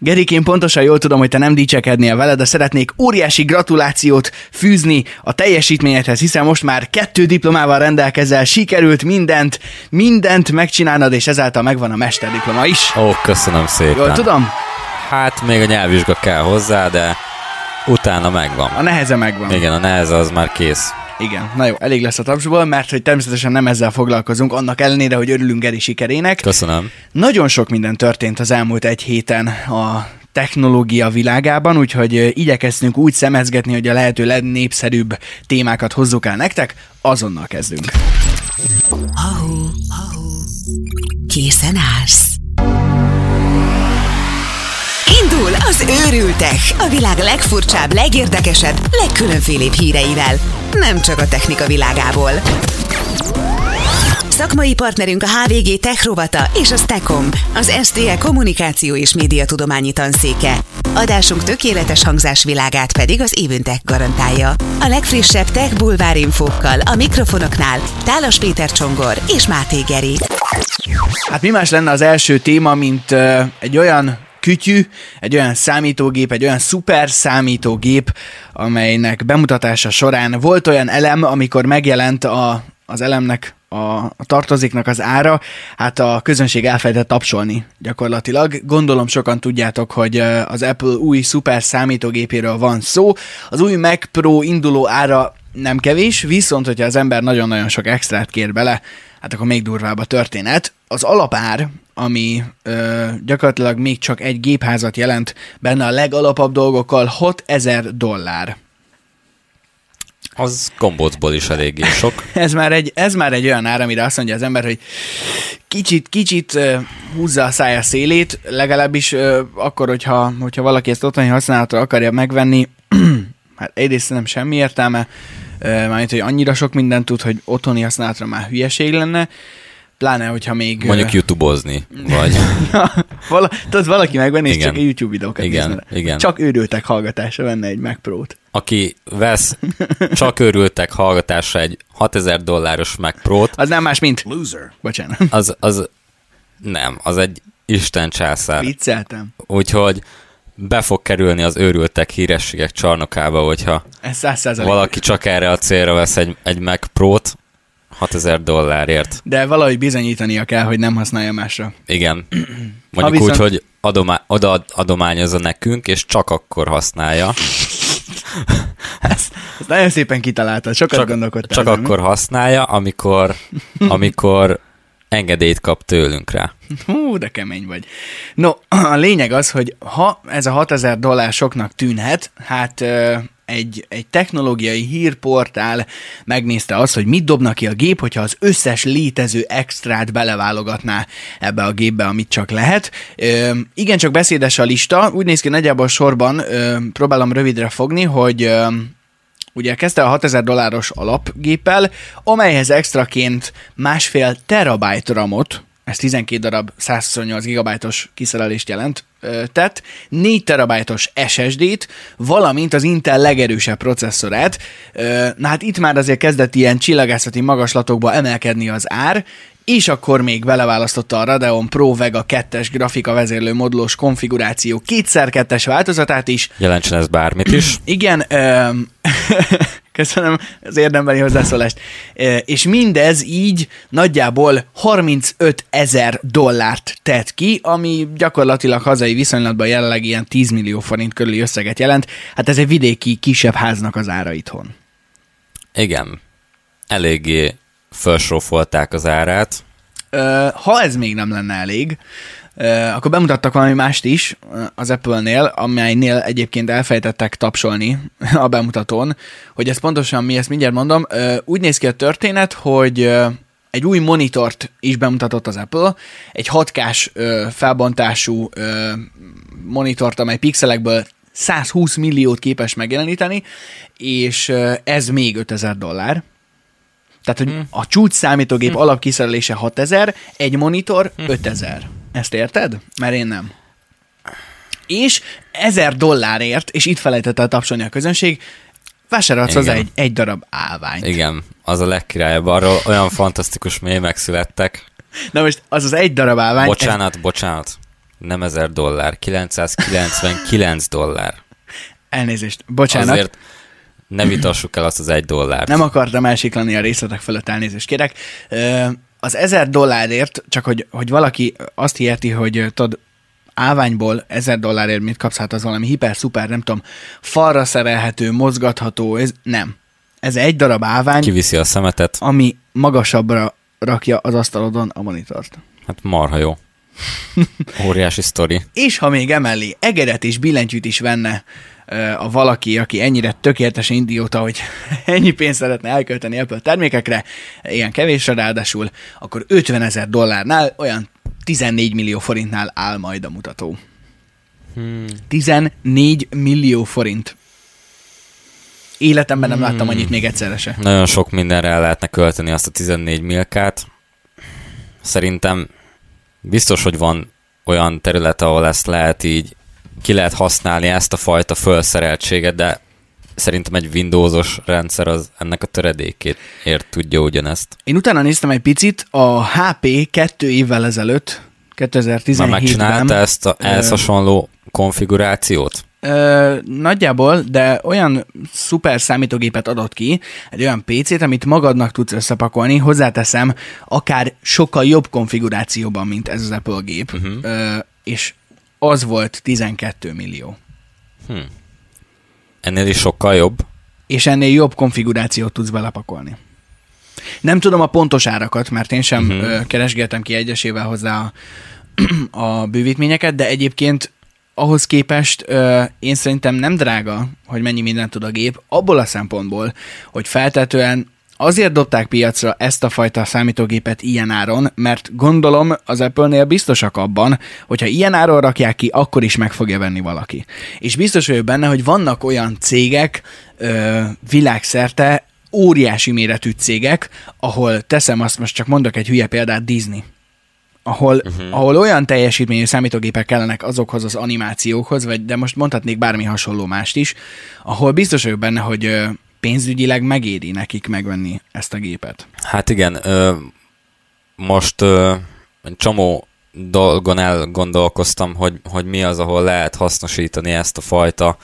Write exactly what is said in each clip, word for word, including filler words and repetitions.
Gerik, én pontosan jól tudom, hogy te nem dicsekednél vele, de szeretnék óriási gratulációt fűzni a teljesítményedhez, hiszen most már kettő diplomával rendelkezel, sikerült mindent, mindent megcsinálnod, és ezáltal megvan a mesterdiploma is. Ó, köszönöm szépen. Jól tudom? Hát még a nyelvvizsga kell hozzá, de utána megvan. A neheze megvan. Igen, a neheze az már kész. Igen, na jó, elég lesz a tapsból, mert hogy természetesen nem ezzel foglalkozunk, annak ellenére, hogy örülünk Geri sikerének. Köszönöm. Nagyon sok minden történt az elmúlt egy héten a technológia világában, úgyhogy igyekeztünk úgy szemezgetni, hogy a lehető legnépszerűbb témákat hozzuk el nektek. Azonnal kezdünk. Ahó, ahó. Készen állsz? Indul az Őrültek, a világ legfurcsább, legérdekesebb, legkülönfélébb híreivel. Nem csak a technika világából. Szakmai partnerünk a há vé gé Tech rovata és a Stecom, az es té e kommunikáció és médiatudományi tanszéke. Adásunk tökéletes hangzásvilágát pedig az Évüntech garantálja. A legfrissebb tech bulvár infókkal a mikrofonoknál Tálas Péter Csongor és Máté Geri. Hát mi más lenne az első téma, mint uh, egy olyan kütyű, egy olyan számítógép, egy olyan szuper számítógép, amelynek bemutatása során volt olyan elem, amikor megjelent a, az elemnek, a, a tartozéknak az ára, hát a közönség elfelejtett tapsolni gyakorlatilag. Gondolom sokan tudjátok, hogy az Apple új szuper számítógépéről van szó. Az új Mac Pro induló ára nem kevés, viszont hogyha az ember nagyon-nagyon sok extrát kér bele, hát akkor még durvább a történet. Az alapár, ami ö, gyakorlatilag még csak egy gépházat jelent, benne a legalapabb dolgokkal hatezer dollár. Az gombócból is eléggé sok. ez, már egy, ez már egy olyan ár, amire azt mondja az ember, hogy kicsit, kicsit uh, húzza a szája szélét, legalábbis uh, akkor, hogyha, hogyha valaki ezt otthoni használatra akarja megvenni, hát egyrészt nem semmi értelme, uh, mármint, hogy annyira sok mindent tud, hogy otthoni használatra már hülyeség lenne, pláne, hogyha még... Mondjuk uh, YouTube-ozni, vagy... Vala, tudod, valaki megvenni, és igen. csak egy YouTube videókat igen, nézne. igen. Csak őrültek hallgatásra venne egy Mac Pro-t. Aki vesz csak őrültek hallgatásra egy hatezer dolláros Mac Pro-t... Az nem más, mint... Loser. Bocsánat. Az, az nem, az egy Isten császár. Vicceltem. Úgyhogy be fog kerülni az őrültek hírességek csarnokába, hogyha ez száz százalék. Valaki csak erre a célra vesz egy, egy Mac Pro-t hatezer dollárért. De valahogy bizonyítania kell, hogy nem használja másra. Igen. Mondjuk viszont... úgy, hogy adomá- oda adományozza nekünk, és csak akkor használja. ezt, ezt nagyon szépen kitaláltad, sokat csak, gondolkodtál. Csak nem? Akkor használja, amikor, amikor engedélyt kap tőlünk rá. Hú, de kemény vagy. No, a lényeg az, hogy ha ez a hatezer dollár soknak tűnhet, hát... Egy, egy technológiai hírportál megnézte azt, hogy mit dobnak ki a gép, hogyha az összes létező extrát beleválogatná ebbe a gépbe, amit csak lehet. Ö, igen, csak beszédes a lista. Úgy néz ki nagyjából sorban, ö, próbálom rövidre fogni, hogy ö, ugye kezdte a hatezer dolláros alapgéppel, amelyhez extraként másfél terabyte ramot, ez tizenkét darab százhuszonnyolc gigabájtos kiszerelést jelent, tett, négy terabájtos es es dét, valamint az Intel legerősebb processzorát. Na hát itt már azért kezdett ilyen csillagászati magaslatokba emelkedni az ár, és akkor még beleválasztotta a Radeon Pro Vega kettes grafika vezérlő modulós konfiguráció kétszer kettes változatát is. Jelentsen ez bármit is. Igen, öm, köszönöm az érdembeli hozzászólást. E, és mindez így nagyjából harmincöt ezer dollárt tett ki, ami gyakorlatilag hazai viszonylatban jelenleg ilyen tíz millió forint körüli összeget jelent. Hát ez egy vidéki kisebb háznak az ára itthon. Igen, eléggé felsrófolták az árát. E, ha ez még nem lenne elég, Uh, akkor bemutattak valami mást is az Apple-nél, amelynél egyébként elfejtettek tapsolni a bemutatón, hogy ez pontosan mi, ezt mindjárt mondom. Uh, úgy néz ki a történet, hogy uh, egy új monitort is bemutatott az Apple, egy hat kás uh, felbontású uh, monitort, amely pixelekből százhúsz milliót képes megjeleníteni, és uh, ez még ötezer dollár. Tehát, hogy hmm. a csúcs számítógép hmm. alapkiszerelése hatezer, egy monitor hmm. ötezer. Ezt érted? Mert én nem. És ezer dollárért, és itt felejtett el tapsolni a közönség, vásárolhatsz hozzá egy, egy darab állványt. Igen, az a legkirályabb. Arról olyan fantasztikus mémek születtek. Na most az az egy darab állvány... Bocsánat, ez... bocsánat. Nem ezer dollár, kilencszázkilencvenkilenc dollár. Elnézést, bocsánat. Azért ne vitassuk el azt az egy dollárt. Nem akartam elsiklani a részletek fölött, elnézést kérek. Az ezer dollárért, csak hogy, hogy valaki azt hirdeti, hogy tudod, állványból ezer dollárért mit kapsz, hát az valami hiper-szuper, nem tudom, falra szerelhető, mozgatható, ez nem. Ez egy darab állvány. Kiviszi a szemetet. Ami magasabbra rakja az asztalodon a monitort. Hát marha jó. Óriási sztori. És ha még emellé egeret és billentyűt is venne a valaki, aki ennyire tökéletesen idióta, hogy ennyi pénzt szeretne elkölteni Apple termékekre, ilyen kevésre ráadásul, akkor ötvenezer dollárnál, olyan tizennégy millió forintnál áll majd a mutató. Hmm. tizennégy millió forint. Életemben nem hmm. láttam annyit még egyszerre se. Nagyon sok mindenre el lehetne költeni azt a tizennégy milliót. Szerintem biztos, hogy van olyan terület, ahol ezt lehet így, ki lehet használni ezt a fajta felszereltséget, de szerintem egy Windowsos rendszer az ennek a töredékét ért tudja ugyanezt. Én utána néztem egy picit, a há pé kettő évvel ezelőtt, kétezer-tizenhétben... Már megcsinálta ezt a ehhez hasonló konfigurációt? Ö, nagyjából, de olyan szuper számítógépet adott ki, egy olyan pé cét, amit magadnak tudsz összepakolni, hozzáteszem, akár sokkal jobb konfigurációban, mint ez az Apple gép, uh-huh. Ö, és az volt tizenkét millió. Hmm. Ennél is sokkal jobb? És ennél jobb konfigurációt tudsz belepakolni. Nem tudom a pontos árakat, mert én sem uh-huh. ö, keresgéltem ki egyesével hozzá a, a bővítményeket, de egyébként ahhoz képest ö, én szerintem nem drága, hogy mennyi mindent tud a gép, abból a szempontból, hogy feltetően azért dobták piacra ezt a fajta számítógépet ilyen áron, mert gondolom az Apple-nél biztosak abban, hogyha ilyen áron rakják ki, akkor is meg fogja venni valaki. És biztos vagyok benne, hogy vannak olyan cégek ö, világszerte, óriási méretű cégek, ahol teszem azt, most csak mondok egy hülye példát, Disney. Ahol, uh-huh. ahol olyan teljesítményű számítógépek kellenek azokhoz az animációkhoz, vagy, de most mondhatnék bármi hasonló mást is, ahol biztos vagyok benne, hogy ö, pénzügyileg megéri nekik megvenni ezt a gépet. Hát igen, ö, most ö, egy csomó dolgon elgondolkoztam, hogy, hogy mi az, ahol lehet hasznosítani ezt a fajta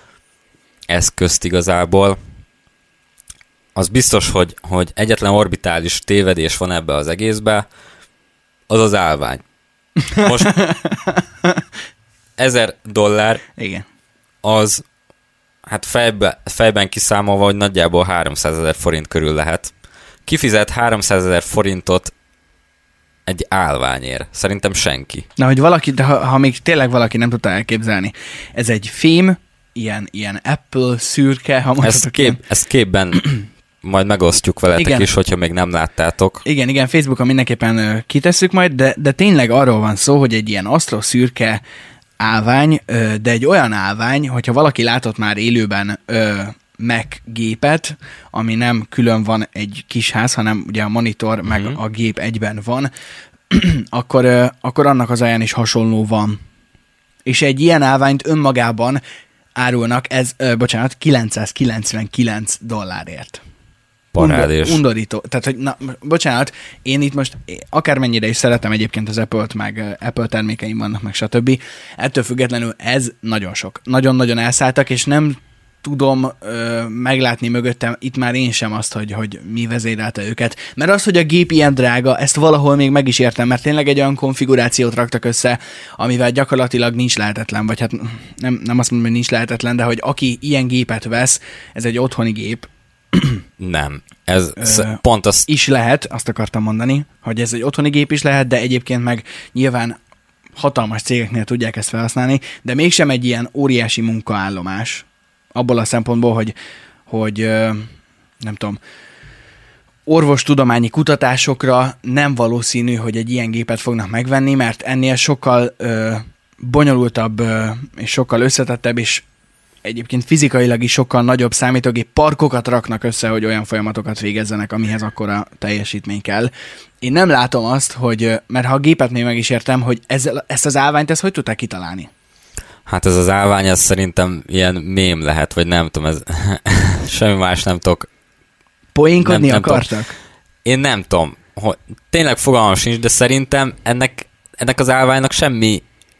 eszközt igazából. Az biztos, hogy, hogy egyetlen orbitális tévedés van ebbe az egészbe, az az állvány. Most ezer dollár igen. az hát fejbe, fejben kiszámolva, hogy nagyjából háromszázezer forint körül lehet. Kifizet háromszázezer forintot egy állványért. Szerintem senki. Na, hogy valaki, de ha, ha még tényleg valaki nem tudta elképzelni, ez egy fém, ilyen, ilyen Apple szürke, ha mondhatok kép, én. Ezt képben majd megosztjuk veletek igen. is, hogyha még nem láttátok. Igen, igen, Facebookon mindenképpen ö, kitesszük majd, de, de tényleg arról van szó, hogy egy ilyen asztroszürke állvány, ö, de egy olyan állvány, hogyha valaki látott már élőben ö, Mac gépet, ami nem külön van egy kis ház, hanem ugye a monitor uh-huh. meg a gép egyben van, akkor, ö, akkor annak az alján is hasonló van. És egy ilyen állványt önmagában árulnak, ez, ö, bocsánat, kilencszázkilencvenkilenc dollárért. Parádés. Undorító. Tehát, hogy na, bocsánat, én itt most akármennyire is szeretem egyébként az Apple-t, meg Apple termékeim vannak, meg stb. Ettől függetlenül ez nagyon sok. Nagyon-nagyon elszálltak, és nem tudom ö, meglátni mögöttem itt már én sem azt, hogy, hogy mi vezérelte őket. Mert az, hogy a gép ilyen drága, ezt valahol még meg is értem, mert tényleg egy olyan konfigurációt raktak össze, amivel gyakorlatilag nincs lehetetlen, vagy hát nem, nem azt mondom, hogy nincs lehetetlen, de hogy aki ilyen gépet vesz, ez egy otthoni gép, nem. Ez Ö, pont az... is lehet, azt akartam mondani, hogy ez egy otthoni gép is lehet, de egyébként meg nyilván hatalmas cégeknél tudják ezt felhasználni, de mégsem egy ilyen óriási munkaállomás. Abból a szempontból, hogy, hogy nem tudom, orvostudományi kutatásokra nem valószínű, hogy egy ilyen gépet fognak megvenni, mert ennél sokkal ö, bonyolultabb ö, és sokkal összetettebb, és egyébként fizikailag is sokkal nagyobb számítógép parkokat raknak össze, hogy olyan folyamatokat végezzenek, amihez akkora teljesítmény kell. Én nem látom azt, hogy, mert ha a gépet még meg is értem, hogy ezzel, ezt az állványt ezt hogy tudták kitalálni? Hát ez az állvány, ez szerintem ilyen mém lehet, vagy nem tudom, ez semmi más nem tudok. Poénkodni nem, nem akartak? Tudom. Én nem tudom, hogy tényleg fogalmam sincs, de szerintem ennek, ennek az állványnak semmi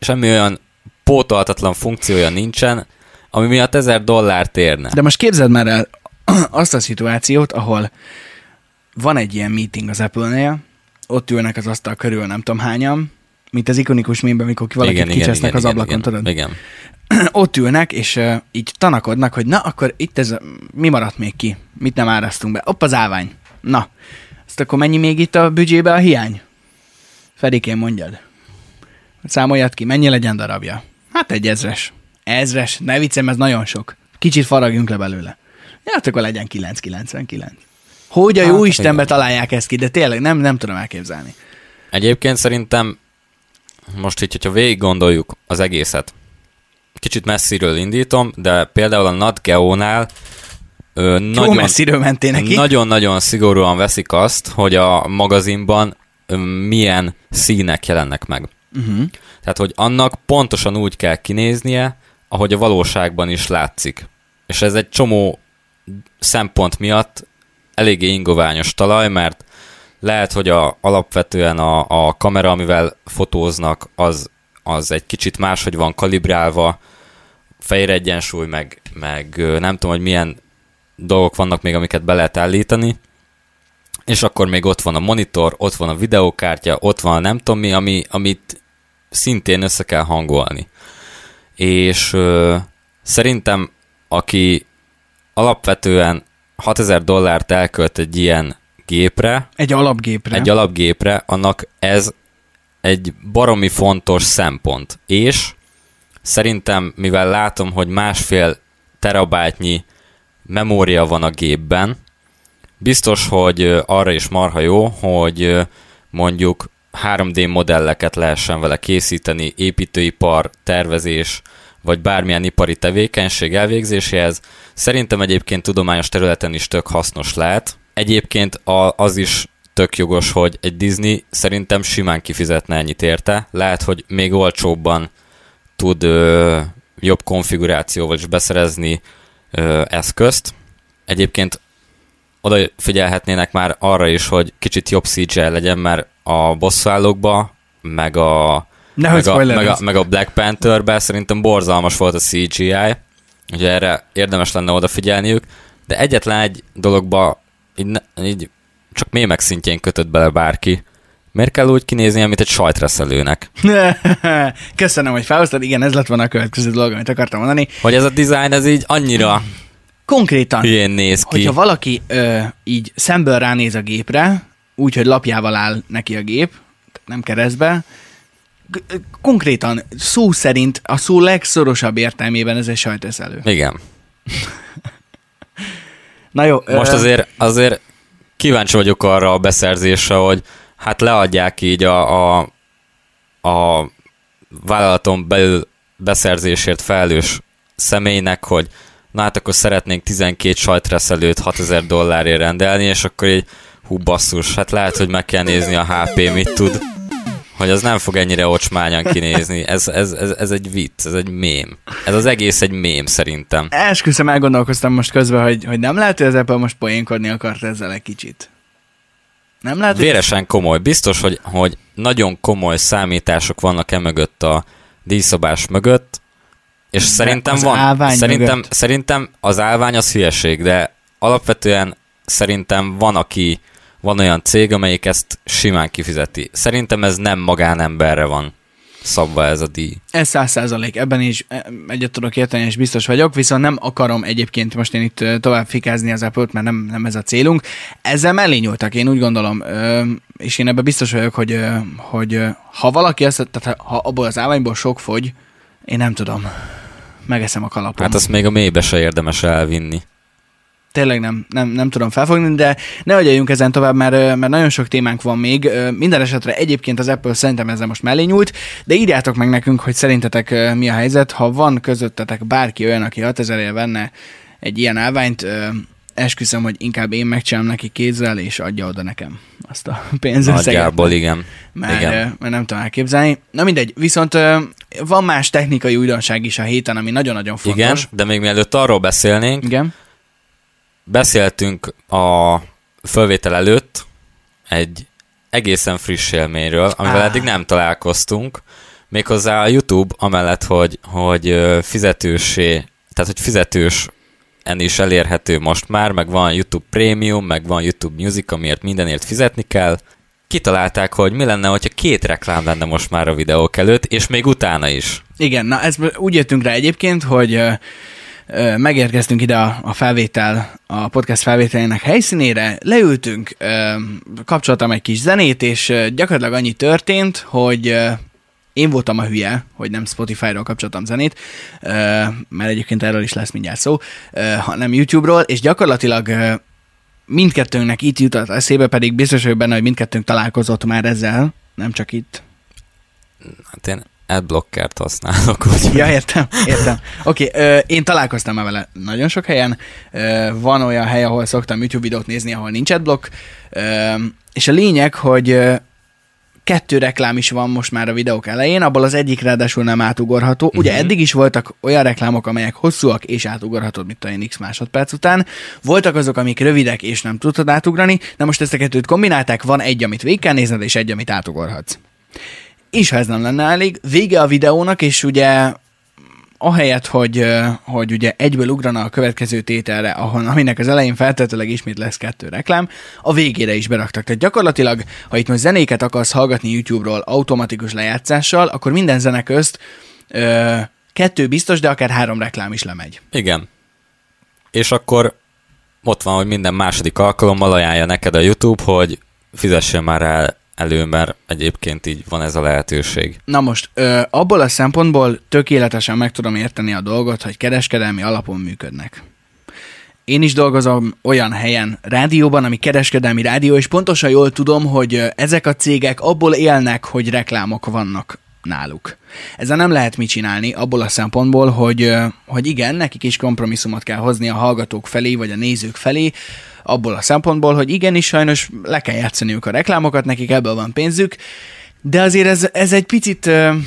semmi olyan pótolhatatlan funkciója nincsen, ami miatt ezer dollárt érne. De most képzeld már el azt a szituációt, ahol van egy ilyen meeting az Apple-nél, ott ülnek az asztal körül nem tudom hányan, mint az ikonikus mémben, amikor valakit igen, kicsesznek igen, az ablakon, igen, tudod? Igen. Ott ülnek, és uh, így tanakodnak, hogy na, akkor itt ez, mi maradt még ki? Mit nem árasztunk be? Hopp, az állvány. Na, azt akkor mennyi még itt a büdzsébe a hiány? Fedikén mondjad. Számoljad ki, mennyi legyen darabja? Hát egy ezres. Ezres, ne viccem, ez nagyon sok. Kicsit faragjunk le belőle. Ja, akkor legyen kilenc kilencvenkilenc. Hogy a hát, jó Istenbe találják ezt ki, de tényleg nem, nem tudom elképzelni. Egyébként szerintem most így, hogyha végig gondoljuk az egészet, kicsit messziről indítom, de például a Nat Geo-nál ö, nagyon, messziről mentél neki. Nagyon-nagyon szigorúan veszik azt, hogy a magazinban ö, milyen színek jelennek meg. Uh-huh. Tehát, hogy annak pontosan úgy kell kinéznie, ahogy a valóságban is látszik. És ez egy csomó szempont miatt eléggé ingoványos talaj, mert lehet, hogy a, alapvetően a, a kamera, amivel fotóznak, az, az egy kicsit máshogy van kalibrálva, fejregyensúly, meg, meg nem tudom, hogy milyen dolgok vannak még, amiket be lehet állítani, és akkor még ott van a monitor, ott van a videókártya, ott van a nem tudom mi, ami, amit szintén össze kell hangolni. És ö, szerintem, aki alapvetően hatezer dollárt elkölt egy ilyen gépre, egy alapgépre, egy alapgépre, annak ez egy baromi fontos szempont. És szerintem, mivel látom, hogy másfél terabájtnyi memória van a gépben, biztos, hogy arra is marha jó, hogy mondjuk három dé modelleket lehessen vele készíteni, építőipar, tervezés, vagy bármilyen ipari tevékenység elvégzéséhez. Szerintem egyébként tudományos területen is tök hasznos lehet. Egyébként az is tök jogos, hogy egy Disney szerintem simán kifizetne ennyit érte. Lehet, hogy még olcsóbban tud ö, jobb konfigurációval is beszerezni ö, eszközt. Egyébként oda figyelhetnének már arra is, hogy kicsit jobb cé gé í legyen, mert a bosszúállókba, meg a, meg a, meg a, meg a Black Pantherben szerintem borzalmas volt a cé gé í, ugye erre érdemes lenne odafigyelniük, de egyetlen egy dologba így, így csak mémek szintjén kötött bele bárki. Miért kell úgy kinézni, mint egy sajtreszelőnek? Köszönöm, hogy felhoztad. Igen, ez lett volna a következő dolog, amit akartam mondani. Hogy ez a design, ez így annyira konkrétan, hülyén néz ki. Hogyha valaki ö, így szemből ránéz a gépre, úgy, hogy lapjával áll neki a gép, nem keresztbe, konkrétan szó szerint a szó legszorosabb értelmében ez egy sajtreszelő. Igen. Na jó. Most ö... azért, azért kíváncsi vagyok arra a beszerzésre, hogy hát leadják így a, a, a vállalaton belül beszerzésért felelős személynek, hogy na hát akkor szeretnénk tizenkét sajtreszelőt hatezer dollárért rendelni, és akkor így hú basszus, hát lehet, hogy meg kell nézni a há pé mit tud, hogy az nem fog ennyire ocsmányan kinézni. Ez, ez, ez, ez egy vicc, ez egy mém. Ez az egész egy mém szerintem. Esküszöm, elgondolkoztam most közben, hogy, hogy nem lehet, hogy az Apple most poénkodni akart ezzel egy kicsit. Nem lehet, véresen hogy... komoly. Biztos, hogy, hogy nagyon komoly számítások vannak e mögött a díjszabás mögött, és de szerintem van. Szerintem, szerintem az állvány az hülyeség, de alapvetően szerintem van, aki van olyan cég, amelyik ezt simán kifizeti. Szerintem ez nem magánemberre van szabva ez a díj. Ez száz százalék. Ebben is egyet tudok érteni, és biztos vagyok, viszont nem akarom egyébként most én itt tovább fikázni az Apple-t, mert nem, nem ez a célunk. Ezzel mellé nyúltak, én úgy gondolom, és én ebben biztos vagyok, hogy, hogy ha valaki ezt, tehát ha abból az állványból sok fogy, én nem tudom, megeszem a kalapom. Hát azt még a mélybe se érdemes elvinni. Tényleg nem, nem, nem tudom felfogni, de ne agyaljunk ezen tovább, mert, mert nagyon sok témánk van még. Minden esetre egyébként az Apple szerintem ezzel most mellé nyúlt, de írjátok meg nekünk, hogy szerintetek mi a helyzet. Ha van közöttetek bárki olyan, aki hatezerért venne egy ilyen állványt, esküszöm, hogy inkább én megcsinálom neki kézzel, és adja oda nekem azt a pénzösszeget. Nagyjából, igen. Mert, igen. mert nem tudom elképzelni. Na mindegy, viszont van más technikai újdonság is a héten, ami nagyon-nagyon fontos. Igen, de még mielőtt arról beszélnénk, igen. Beszéltünk a fölvétel előtt egy egészen friss élményről, amivel ah. eddig nem találkoztunk, Méghozzá a YouTube amellett, hogy, hogy fizetősé, tehát hogy fizetős en is elérhető most már, meg van YouTube Premium, meg van YouTube Music, amiért mindenért fizetni kell. Kitalálták, hogy mi lenne, hogyha két reklám lenne most már a videók előtt, és még utána is. Igen, na ez úgy jöttünk rá egyébként, hogy ö, ö, megérkeztünk ide a, a felvétel, a podcast felvételének helyszínére, leültünk, ö, kapcsoltam egy kis zenét, és ö, gyakorlatilag annyi történt, hogy ö, én voltam a hülye, hogy nem Spotify-ról kapcsoltam zenét, ö, mert egyébként erről is lesz mindjárt szó, ö, hanem YouTube-ról, és gyakorlatilag ö, mindkettőnknek itt jutott eszébe, pedig biztos vagyok benne, hogy mindkettőnk találkozott már ezzel, nem csak itt. Hát én adblockert használok. Úgy. Ja, értem, értem. Oké, okay, én találkoztam már vele nagyon sok helyen. Ö, van olyan hely, ahol szoktam YouTube videót nézni, ahol nincs adblock, ö, és a lényeg, hogy ö, kettő reklám is van most már a videók elején, abból az egyik ráadásul nem átugorható. Ugye uh-huh. eddig is voltak olyan reklámok, amelyek hosszúak és átugorhatod, mint olyan x másodperc után. Voltak azok, amik rövidek és nem tudtad átugrani, de most ezt a kettőt kombinálták, van egy, amit végig kell nézned, és egy, amit átugorhatsz. És ha ez nem lenne elég, vége a videónak, és ugye ahelyett, hogy, hogy ugye egyből ugrana a következő tételre, ahol, aminek az elején feltétlenül ismét lesz kettő reklám, a végére is beraktak. Tehát gyakorlatilag, ha itt most zenéket akarsz hallgatni YouTube-ról automatikus lejátszással, akkor minden zene közt ö, kettő biztos, de akár három reklám is lemegy. Igen. És akkor ott van, hogy minden második alkalommal ajánlja neked a YouTube, hogy fizessél már el elő, mert egyébként így van ez a lehetőség. Na most, ö, abból a szempontból tökéletesen meg tudom érteni a dolgot, hogy kereskedelmi alapon működnek. Én is dolgozom olyan helyen, rádióban, ami kereskedelmi rádió, és pontosan jól tudom, hogy ezek a cégek abból élnek, hogy reklámok vannak náluk. Ezzel nem lehet mit csinálni, abból a szempontból, hogy, hogy igen, nekik is kompromisszumot kell hozni a hallgatók felé, vagy a nézők felé, abból a szempontból, hogy igenis sajnos le kell játszaniuk a reklámokat, nekik ebből van pénzük, de azért ez, ez egy picit,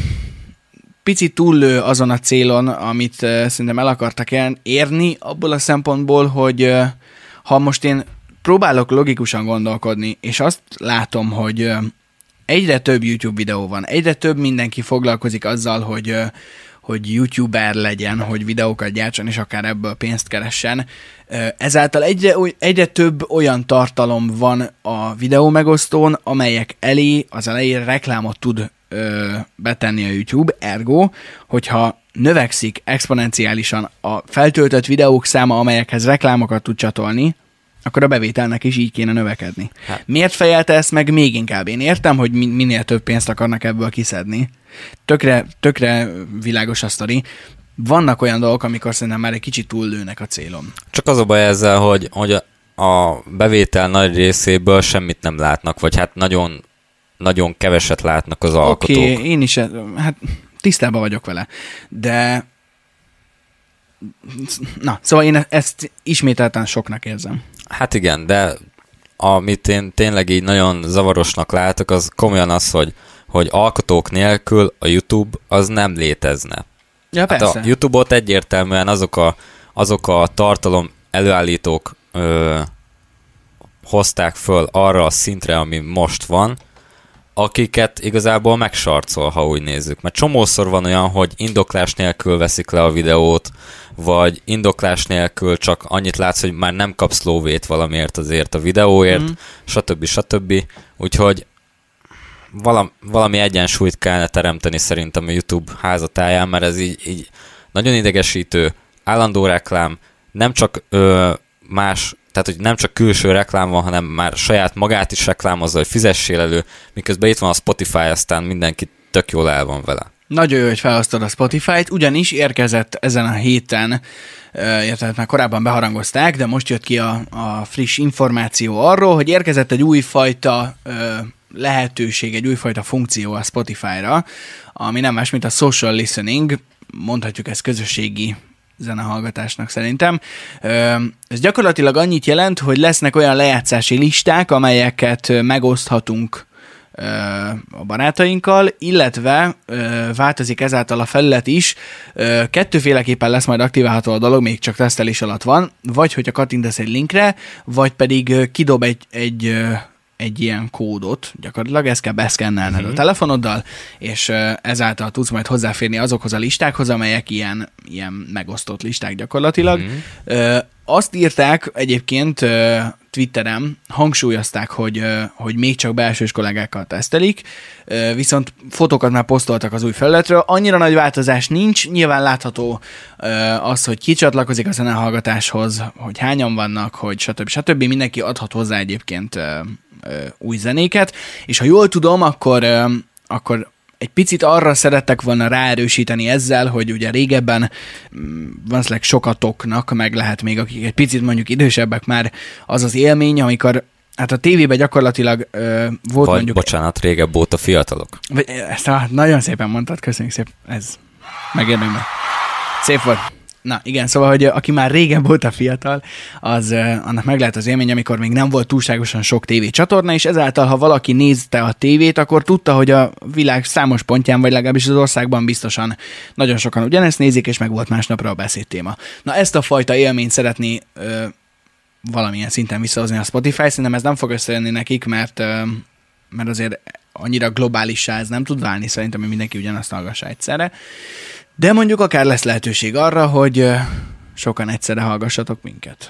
picit túllő azon a célon, amit szerintem el akartak érni, abból a szempontból, hogy ha most én próbálok logikusan gondolkodni, és azt látom, hogy egyre több YouTube videó van, egyre több mindenki foglalkozik azzal, hogy, hogy YouTuber legyen, hogy videókat gyártson, és akár ebből pénzt keressen. Ezáltal egyre, egyre több olyan tartalom van a videó megosztón, amelyek elé az elején reklámot tud ö, betenni a YouTube, ergo, hogyha növekszik exponenciálisan a feltöltött videók száma, amelyekhez reklámokat tud csatolni, akkor a bevételnek is így kéne növekedni. Hát. Miért fejelte ezt meg még inkább? Én értem, hogy minél több pénzt akarnak ebből kiszedni. Tökre, tökre világos a sztori. Vannak olyan dolgok, amikor szerintem már egy kicsit túllőnek a célom. Csak az a baj ezzel, hogy, hogy a bevétel nagy részéből semmit nem látnak, vagy hát nagyon, nagyon keveset látnak az alkotók. Oké, okay, én is hát tisztában vagyok vele. De na, szóval én ezt ismételten soknak érzem. Hát igen, de amit én tényleg így nagyon zavarosnak látok, az komolyan az, hogy, hogy alkotók nélkül a YouTube az nem létezne. Ja, persze. Hát a YouTube-ot egyértelműen azok a, azok a tartalom előállítók ö, hozták föl arra a szintre, ami most van, akiket igazából megsarcol, ha úgy nézzük. Mert csomószor van olyan, hogy indoklás nélkül veszik le a videót, vagy indoklás nélkül csak annyit látsz, hogy már nem kapsz lóvét valamiért azért a videóért, mm. stb. stb. Úgyhogy valami, valami egyensúlyt kellene teremteni szerintem a YouTube házatáján, mert ez így, így nagyon idegesítő, állandó reklám, nem csak ö, más, tehát hogy nem csak külső reklám van, hanem már saját magát is reklámozza, hogy fizessél elő, miközben itt van a Spotify, aztán mindenki tök jól el van vele. Nagyon jó, hogy felhoztad a Spotify-t, ugyanis érkezett ezen a héten, illetve már korábban beharangozták, de most jött ki a, a friss információ arról, hogy érkezett egy újfajta lehetőség, egy újfajta funkció a Spotify-ra, ami nem más, mint a social listening, mondhatjuk ezt közösségi zenehallgatásnak szerintem. Ez gyakorlatilag annyit jelent, hogy lesznek olyan lejátszási listák, amelyeket megoszthatunk a barátainkkal, illetve változik ezáltal a felület is. Kettőféleképpen lesz majd aktiválható a dolog, még csak tesztelés alatt van, vagy hogyha kattintasz egy linkre, vagy pedig kidob egy, egy egy ilyen kódot, gyakorlatilag ezt kell beszkennelned Mhm. a telefonoddal, és ö, ezáltal tudsz majd hozzáférni azokhoz a listákhoz, amelyek ilyen, ilyen megosztott listák gyakorlatilag. Mhm. Ö, azt írták egyébként ö, Twitteren, hangsúlyozták, hogy, ö, hogy még csak belsős kollégákkal tesztelik, ö, viszont fotókat már posztoltak az új felületről. Annyira nagy változás nincs, nyilván látható ö, az, hogy ki csatlakozik a zenehallgatáshoz, hogy hányan vannak, hogy stb. stb. Mindenki adhat hozzá egyébként ö, ö, új zenéket, és ha jól tudom, akkor, ö, akkor egy picit arra szerettek volna ráerősíteni ezzel, hogy ugye régebben mm, valószínűleg sokatoknak meg lehet még, akik egy picit mondjuk idősebbek már, az az élmény, amikor hát a tévében gyakorlatilag ö, volt Vagy, mondjuk... bocsánat, régebb óta fiatalok. Vagy, ezt ah, nagyon szépen mondtad, köszönjük szépen, ez megérdemel. Szép volt. Na igen, szóval, hogy aki már régen volt a fiatal, az uh, annak meg lehet az élmény, amikor még nem volt túlságosan sok tévécsatorna, és ezáltal, ha valaki nézte a tévét, akkor tudta, hogy a világ számos pontján, vagy legalábbis az országban biztosan nagyon sokan ugyanezt nézik, és meg volt másnapra a beszédtéma. Na ezt a fajta élményt szeretné uh, valamilyen szinten visszahozni a Spotify, szerintem ez nem fog összejönni nekik, mert, uh, mert azért annyira globálissá ez nem tud válni, szerintem, hogy mindenki ugyanazt hallgassa egyszerre. De mondjuk akár lesz lehetőség arra, hogy ö, sokan egyszerre hallgassatok minket.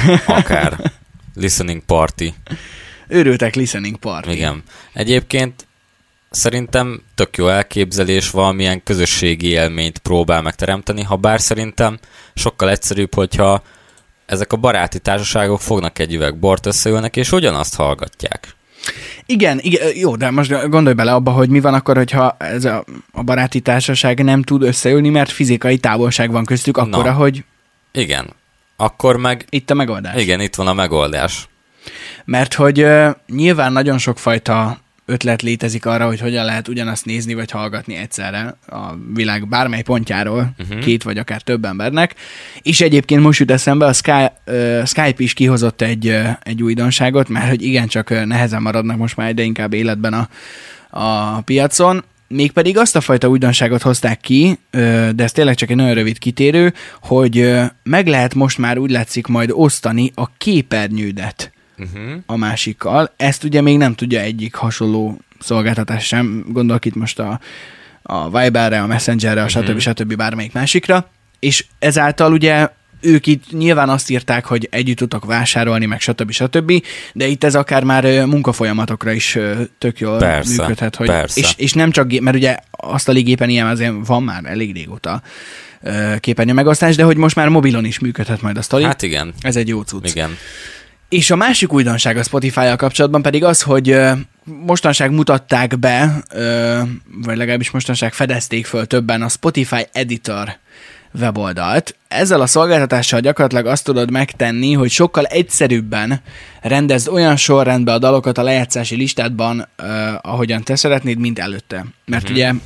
Akár. Listening party. Őrültek listening party. Igen. Egyébként szerintem tök jó elképzelés, valamilyen közösségi élményt próbál megteremteni, ha bár szerintem sokkal egyszerűbb, hogyha ezek a baráti társaságok fognak egy üveg bort, összeülnek, és ugyanazt hallgatják. Igen, igen, jó, de most gondolj bele abba, hogy mi van akkor, hogyha ez a, a baráti társaság nem tud összeülni, mert fizikai távolság van köztük, akkora, Na. hogy Igen. Akkor meg... itt a megoldás. Igen, itt van a megoldás. Mert hogy uh, nyilván nagyon sokfajta ötlet létezik arra, hogy hogyan lehet ugyanazt nézni vagy hallgatni egyszerre a világ bármely pontjáról, uh-huh. két vagy akár több embernek. És egyébként most jut eszembe, a Sky, uh, Skype is kihozott egy, uh, egy újdonságot, mert hogy igencsak uh, nehezen maradnak most már egyre inkább életben a, a piacon. Mégpedig azt a fajta újdonságot hozták ki, uh, de ez tényleg csak egy nagyon rövid kitérő, hogy uh, meg lehet most már úgy látszik majd osztani a képernyődet Uh-huh. a másikkal. Ezt ugye még nem tudja egyik hasonló szolgáltatás sem, gondolok itt most a, a Viberre, a Messengerre, a stb. Uh-huh. stb. Bármelyik másikra, és ezáltal ugye ők itt nyilván azt írták, hogy együtt tudtok vásárolni, meg stb. stb., de itt ez akár már ö, munkafolyamatokra is ö, tök jól Persze, működhet. Hogy, persze. és, és nem csak, gé- mert ugye asztali gépen ilyen azért van már elég régóta ö, képernyő megosztás, de hogy most már mobilon is működhet majd a sztori. Hát igen. Ez egy jó cucc. Igen. És a másik újdonság a Spotify-jal kapcsolatban pedig az, hogy ö, mostanság mutatták be, ö, vagy legalábbis mostanság fedezték föl többen a Spotify Editor weboldalt. Ezzel a szolgáltatással gyakorlatilag azt tudod megtenni, hogy sokkal egyszerűbben rendezd olyan sorrendbe a dalokat a lejátszási listádban, ö, ahogyan te szeretnéd, mint előtte. Mert Mhm. ugye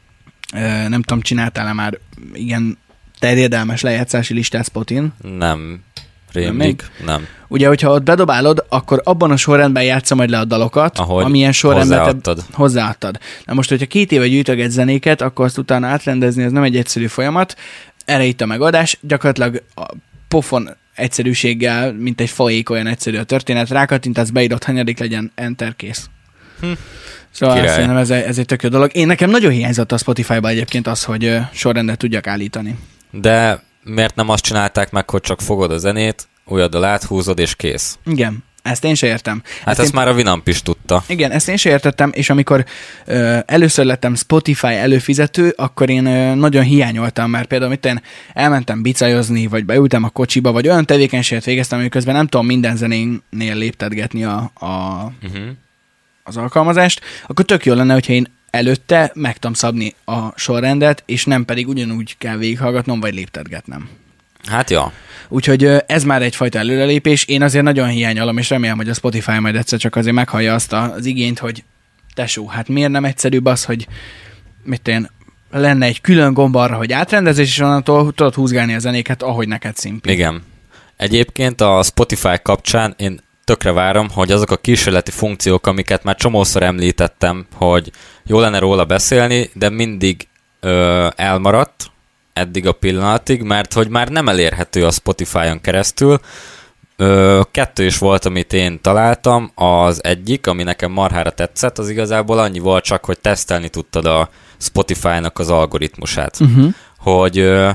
ö, nem tudom, csináltál-e már igen terjedelmes lejátszási listát Spotin? Nem. Rémlik. még? Nem. Ugye, hogyha ott bedobálod, akkor abban a sorrendben játsza majd le a dalokat, Ahogy amilyen sorrendben hozzáadtad. te hozzáadtad. Na most, hogyha két éve gyűjtöget zenéket, akkor azt utána átrendezni, ez nem egy egyszerű folyamat. Erre itt a megoldás. Gyakorlatilag a pofon egyszerűséggel, mint egy folyék, olyan egyszerű a történet. Rákattintasz, beírod, hanyadik legyen, enter, kész. Hm. Szóval Király. szerintem ez, ez egy tök jó dolog. Én nekem nagyon hiányzott a Spotify-ba egyébként az, hogy ö, sorrendet tudjak állítani. De miért nem azt csinálták meg, hogy csak fogod a zenét, ujjaddal áthúzod, és kész? Igen, ezt én se értem. Hát ezt ezt én... már a Winamp is tudta. Igen, ezt én se értettem, és amikor ö, először lettem Spotify előfizető, akkor én ö, nagyon hiányoltam, mert például itt én elmentem bicajozni, vagy beültem a kocsiba, vagy olyan tevékenységet végeztem, hogy közben nem tudom minden zenénél léptetgetni a, a, Uh-huh. az alkalmazást, akkor tök jó lenne, hogyha én előtte meg tudom szabni a sorrendet, és nem pedig ugyanúgy kell végighallgatnom, vagy léptetgetnem. Hát ja. Úgyhogy ö, ez már egyfajta előrelépés. Én azért nagyon hiányolom, és remélem, hogy a Spotify majd egyszer csak azért meghallja azt a, az igényt, hogy tesó, hát miért nem egyszerűbb az, hogy mit én, lenne egy külön gomb arra, hogy átrendezés, és onnantól tudod húzgálni a zenéket, ahogy neked szimpi. Igen. Egyébként a Spotify kapcsán én tökre várom, hogy azok a kísérleti funkciók, amiket már csomószor említettem, hogy jó lenne róla beszélni, de mindig ö, elmaradt eddig a pillanatig, mert hogy már nem elérhető a Spotify-on keresztül. Ö, kettő is volt, amit én találtam. Az egyik, ami nekem marhára tetszett, az igazából annyi volt csak, hogy tesztelni tudtad a Spotify-nak az algoritmusát. Uh-huh. Hogy ö,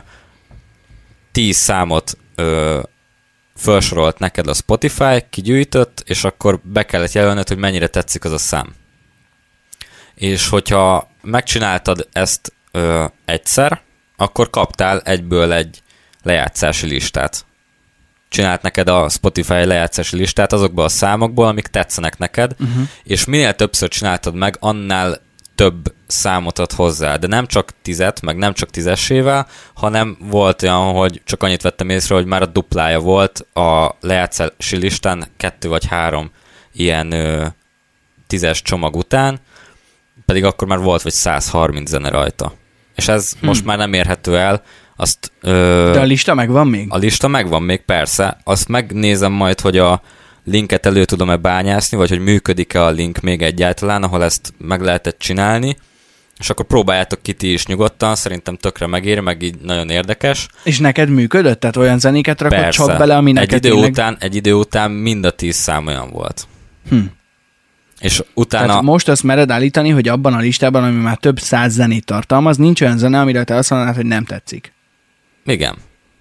tíz számot ö, felsorolt neked a Spotify, kigyűjtött, és akkor be kellett jelölned, hogy mennyire tetszik az a szám. És hogyha megcsináltad ezt ö, egyszer, akkor kaptál egyből egy lejátszási listát. Csinált neked a Spotify lejátszási listát azokból a számokból, amik tetszenek neked, uh-huh. és minél többször csináltad meg, annál több számot ad hozzá. De nem csak tizet, meg nem csak tízessével, hanem volt olyan, hogy csak annyit vettem észre, hogy már a duplája volt a lejátszási listán kettő vagy három ilyen ö, tízes csomag után, pedig akkor már volt vagy száz harminc zene rajta. És ez hmm. most már nem érhető el. Azt, ö, De a lista megvan még? A lista megvan még, persze. Azt megnézem majd, hogy a linket elő tudom-e bányászni, vagy hogy működik-e a link még egyáltalán, ahol ezt meg lehetett csinálni, és akkor próbáljátok ki ti is nyugodtan, szerintem tökre megér, meg így nagyon érdekes. És neked működött? Tehát olyan zenéket rakott persze. csak bele, ami neked egy idő, tényleg... után, egy idő után mind a tíz szám olyan volt. Hm. És utána... Tehát most azt mered állítani, hogy abban a listában, ami már több száz zenét tartalmaz, nincs olyan zene, amire te azt mondanád, hogy nem tetszik. Igen.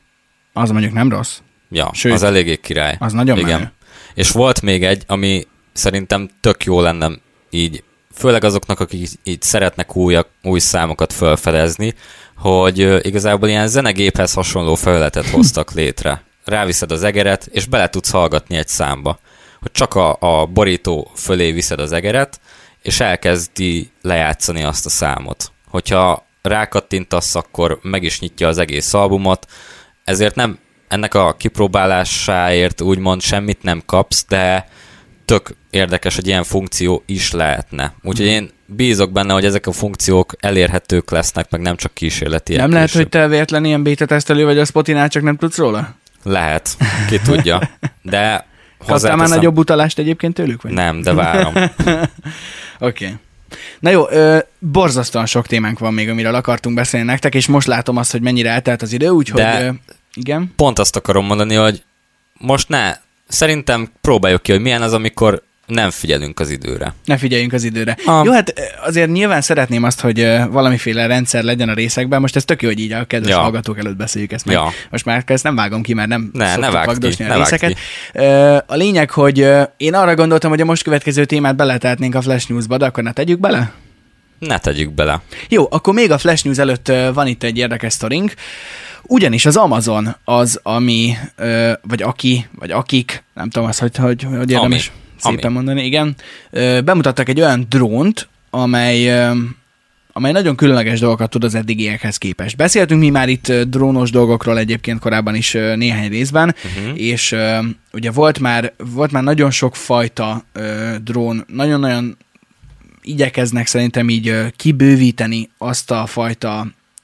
Az mondjuk nem rossz. Ja, Sőt, az eléggé király. Az nagyon Igen. menő. És volt még egy, ami szerintem tök jó lenne így, főleg azoknak, akik így szeretnek új, új számokat felfedezni, hogy igazából ilyen zenegéphez hasonló felületet hoztak létre. Ráviszed az egeret, és bele tudsz hallgatni egy számba. Hogy csak a, a borító fölé viszed az egeret, és elkezdi lejátszani azt a számot. Hogyha rákattintasz, akkor meg is nyitja az egész albumot, ezért nem, ennek a kipróbálásáért úgymond semmit nem kapsz, de tök érdekes, hogy ilyen funkció is lehetne. Úgyhogy én bízok benne, hogy ezek a funkciók elérhetők lesznek, meg nem csak kísérletiek. Nem lehet, később. Hogy te véletlen ilyen beta tesztelő vagy a Spotinál, csak nem tudsz róla? Lehet, ki tudja. De kaptál már nagyobb utalást egyébként tőlük? Vagy? Nem, de várom. Oké. Okay. Na jó, ö, borzasztóan sok témánk van még, amiről akartunk beszélni nektek, és most látom azt, hogy mennyire eltelt az idő, úgyhogy ö, igen. Pont azt akarom mondani, hogy most ne, szerintem próbáljuk ki, hogy milyen az, amikor nem figyelünk az időre. Ne figyeljünk az időre. A... Jó, hát azért nyilván szeretném azt, hogy valamiféle rendszer legyen a részekben. Most ez tök jó, hogy így a kedves ja. hallgatók előtt beszéljük ezt meg. Ja. Most már ezt nem vágom ki, mert nem ne, szoktuk ne vagdosni ki, a részeket. A lényeg, hogy én arra gondoltam, hogy a most következő témát beletehetnénk a Flash News-ba, de akkor ne tegyük bele? Ne tegyük bele. Jó, akkor még a Flash News előtt van itt egy érdekes sztorink. Ugyanis az Amazon az, ami, vagy aki, vagy akik, nem tudom azt, hogy, hogy, hogy érdemes szépen ami. mondani, igen, bemutattak egy olyan drónt, amely, amely nagyon különleges dolgokat tud az eddigiekhez képest. Beszéltünk mi már itt drónos dolgokról egyébként korábban is néhány részben, uh-huh. és ugye volt már, volt már nagyon sok fajta drón, nagyon-nagyon igyekeznek szerintem így kibővíteni azt a fajta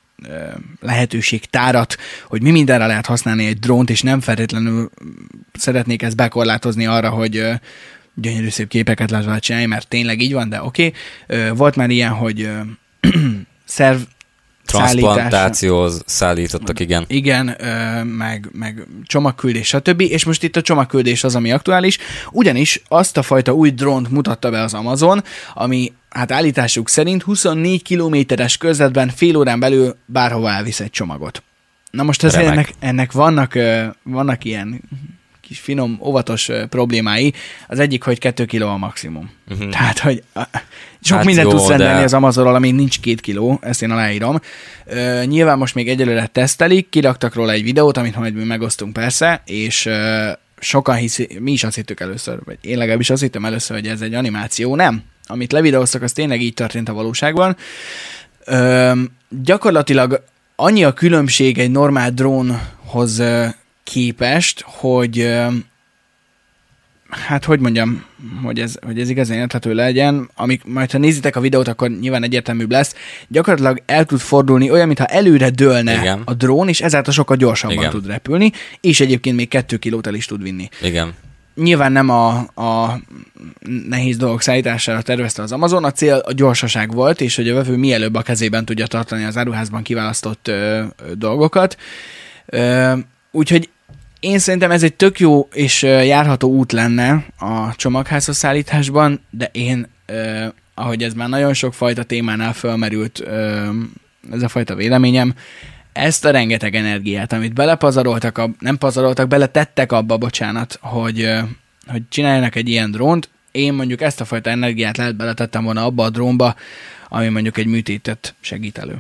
lehetőségtárat, hogy mi mindenre lehet használni egy drónt, és nem feltétlenül szeretnék ezt bekorlátozni arra, hogy gyönyörű szép képeket lehet csinálni, mert tényleg így van, de oké. Okay. Volt már ilyen, hogy szerv transzplantációhoz szállítottak, igen. Igen, meg, meg csomagküldés, stb. És most itt a csomagküldés az, ami aktuális, ugyanis azt a fajta új drónt mutatta be az Amazon, ami hát állításuk szerint huszonnégy kilométeres körzetben fél órán belül bárhova elvisz egy csomagot. Na most azért ennek, ennek vannak, vannak ilyen kis finom, óvatos problémái. Az egyik, hogy kettő kiló a maximum. Uh-huh. Tehát, hogy sok hát mindent jó, tudsz rendelni de... az Amazonról, ami nincs két kiló, ezt én aláírom. Uh, nyilván most még egyelőre tesztelik, kiraktak róla egy videót, amit majd mi megosztunk persze, és uh, sokan hiszi, mi is azt hittük először, vagy én legalábbis azt hittem először, hogy ez egy animáció. Nem. Amit levideóztak, az tényleg így történt a valóságban. Uh, gyakorlatilag annyi a különbség egy normál drónhoz uh, képest, hogy hát hogy mondjam, hogy ez, hogy ez igazán érthető legyen, amik majd ha nézitek a videót, akkor nyilván egyértelműbb lesz. Gyakorlatilag el tud fordulni olyan, mintha előre dőlne Igen. a drón, és ezáltal sokkal gyorsabban Igen. tud repülni, és egyébként még kettő kilót el is tud vinni. Igen. Nyilván nem a, a nehéz dolgok szállítására tervezte az Amazon, a cél a gyorsaság volt, és hogy a vevő mielőbb a kezében tudja tartani az áruházban kiválasztott ö, ö, dolgokat. Ö, úgyhogy Én szerintem ez egy tök jó és járható út lenne a csomagházhoz szállításban, de én, eh, ahogy ez már nagyon sok fajta témánál fölmerült, eh, ez a fajta véleményem, ezt a rengeteg energiát, amit belepazaroltak, a, nem pazaroltak, beletettek abba, bocsánat, hogy, eh, hogy csináljanak egy ilyen drónt, én mondjuk ezt a fajta energiát lehet beletettem volna abba a drónba, ami mondjuk egy műtétet segít elő.